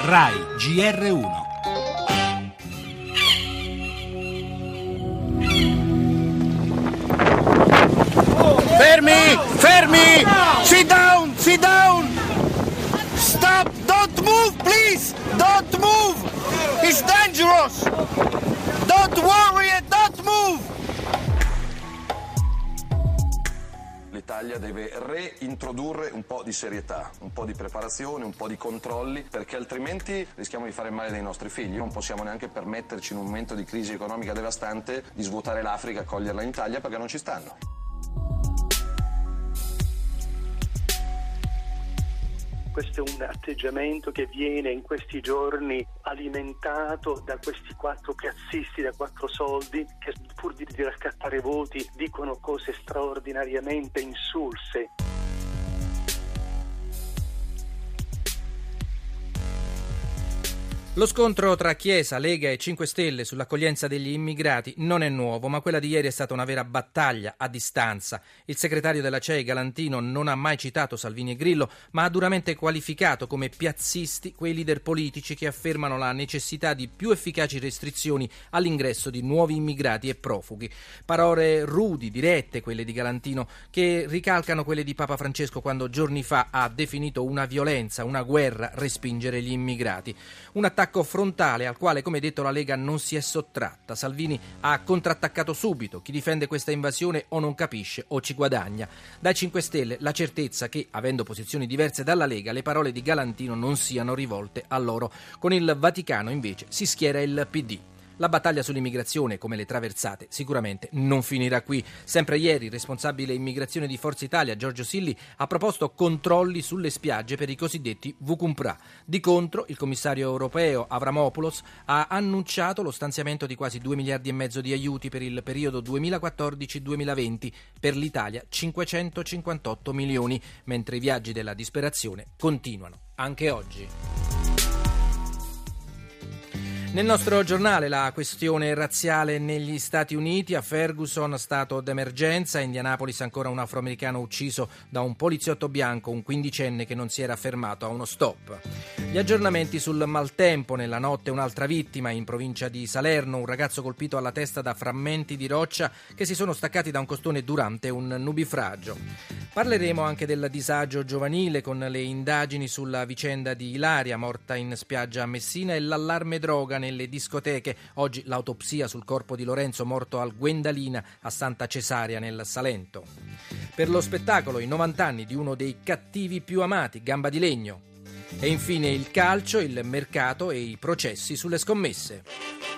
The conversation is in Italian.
Rai GR1. Fermi! Fermi! Sit down! Sit down! Stop! Don't move, please! Don't move! It's dangerous! Don't worry and don't move! L'Italia deve reintrodurre un po' di serietà, un po' di preparazione, un po' di controlli, perché altrimenti rischiamo di fare male dei nostri figli. Non possiamo neanche permetterci in un momento di crisi economica devastante di svuotare l'Africa e accoglierla in Italia perché non ci stanno. Questo è un atteggiamento che viene in questi giorni alimentato da questi 4 piazzisti da 4 soldi che pur di raccattare voti dicono cose straordinariamente insulse. Lo scontro tra Chiesa, Lega e 5 Stelle sull'accoglienza degli immigrati non è nuovo, ma quella di ieri è stata una vera battaglia a distanza. Il segretario della CEI, Galantino, non ha mai citato Salvini e Grillo, ma ha duramente qualificato come piazzisti quei leader politici che affermano la necessità di più efficaci restrizioni all'ingresso di nuovi immigrati e profughi. Parole rudi, dirette, quelle di Galantino, che ricalcano quelle di Papa Francesco quando giorni fa ha definito una violenza, una guerra, respingere gli immigrati. Un attacco frontale al quale, come detto, la Lega non si è sottratta. Salvini ha contrattaccato subito. Chi difende questa invasione o non capisce o ci guadagna. Dai 5 Stelle la certezza che, avendo posizioni diverse dalla Lega, le parole di Galantino non siano rivolte a loro. Con il Vaticano invece si schiera il PD. La battaglia sull'immigrazione, come le traversate, sicuramente non finirà qui. Sempre ieri il responsabile immigrazione di Forza Italia, Giorgio Silli, ha proposto controlli sulle spiagge per i cosiddetti Vukumpra. Di contro, il commissario europeo Avramopoulos ha annunciato lo stanziamento di quasi 2 miliardi e mezzo di aiuti per il periodo 2014-2020. Per l'Italia 558 milioni, mentre i viaggi della disperazione continuano anche oggi. Nel nostro giornale la questione razziale negli Stati Uniti, a Ferguson stato d'emergenza, a Indianapolis ancora un afroamericano ucciso da un poliziotto bianco, un 15enne che non si era fermato a uno stop. Gli aggiornamenti sul maltempo, nella notte un'altra vittima in provincia di Salerno, un ragazzo colpito alla testa da frammenti di roccia che si sono staccati da un costone durante un nubifragio. Parleremo anche del disagio giovanile con le indagini sulla vicenda di Ilaria, morta in spiaggia a Messina, e l'allarme droga nelle discoteche. Oggi l'autopsia sul corpo di Lorenzo, morto al Guendalina a Santa Cesarea nel Salento. Per lo spettacolo, i 90 anni di uno dei cattivi più amati, Gamba di Legno. E infine il calcio, il mercato e i processi sulle scommesse.